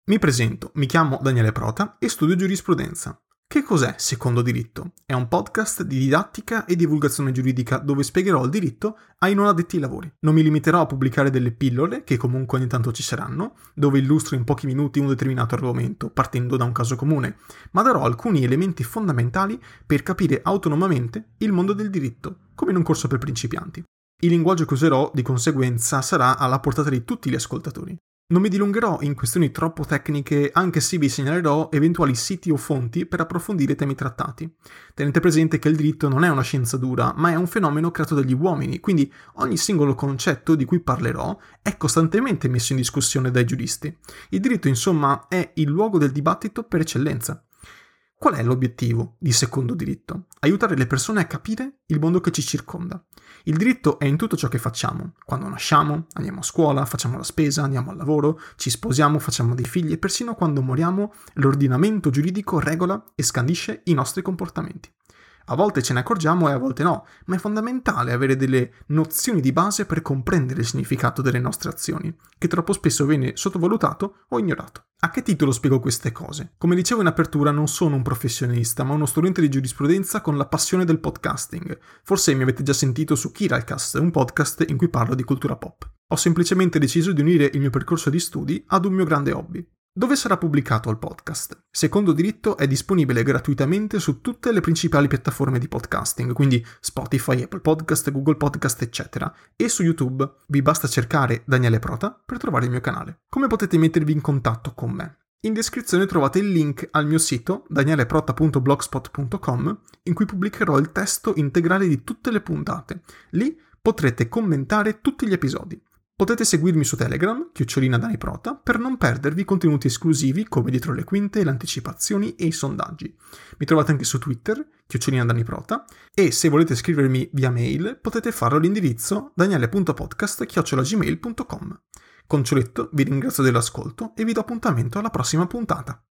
Mi presento, mi chiamo Daniele Prota e studio giurisprudenza. Che cos'è Secondo Diritto? È un podcast di didattica e divulgazione giuridica dove spiegherò il diritto ai non addetti ai lavori. Non mi limiterò a pubblicare delle pillole, che comunque ogni tanto ci saranno, dove illustro in pochi minuti un determinato argomento, partendo da un caso comune, ma darò alcuni elementi fondamentali per capire autonomamente il mondo del diritto, come in un corso per principianti. Il linguaggio che userò, di conseguenza, sarà alla portata di tutti gli ascoltatori. Non mi dilungherò in questioni troppo tecniche, anche se vi segnalerò eventuali siti o fonti per approfondire i temi trattati. Tenete presente che il diritto non è una scienza dura, ma è un fenomeno creato dagli uomini, quindi ogni singolo concetto di cui parlerò è costantemente messo in discussione dai giuristi. Il diritto, insomma, è il luogo del dibattito per eccellenza. Qual è l'obiettivo di Secondo Diritto? Aiutare le persone a capire il mondo che ci circonda. Il diritto è in tutto ciò che facciamo. Quando nasciamo, andiamo a scuola, facciamo la spesa, andiamo al lavoro, ci sposiamo, facciamo dei figli e persino quando moriamo l'ordinamento giuridico regola e scandisce i nostri comportamenti. A volte ce ne accorgiamo e a volte no, ma è fondamentale avere delle nozioni di base per comprendere il significato delle nostre azioni, che troppo spesso viene sottovalutato o ignorato. A che titolo spiego queste cose? Come dicevo in apertura, non sono un professionista, ma uno studente di giurisprudenza con la passione del podcasting. Forse mi avete già sentito su Kiralcast, un podcast in cui parlo di cultura pop. Ho semplicemente deciso di unire il mio percorso di studi ad un mio grande hobby. Dove sarà pubblicato il podcast? Secondo Diritto è disponibile gratuitamente su tutte le principali piattaforme di podcasting, quindi Spotify, Apple Podcast, Google Podcast, eccetera, e su YouTube. Vi basta cercare Daniele Prota per trovare il mio canale. Come potete mettervi in contatto con me? In descrizione trovate il link al mio sito danieleprota.blogspot.com in cui pubblicherò il testo integrale di tutte le puntate. Lì potrete commentare tutti gli episodi. Potete seguirmi su Telegram, @DaniProta, per non perdervi contenuti esclusivi come dietro le quinte, le anticipazioni e i sondaggi. Mi trovate anche su Twitter, @DaniProta, e se volete scrivermi via mail potete farlo all'indirizzo daniele.podcast@gmail.com. Con ciò detto vi ringrazio dell'ascolto e vi do appuntamento alla prossima puntata.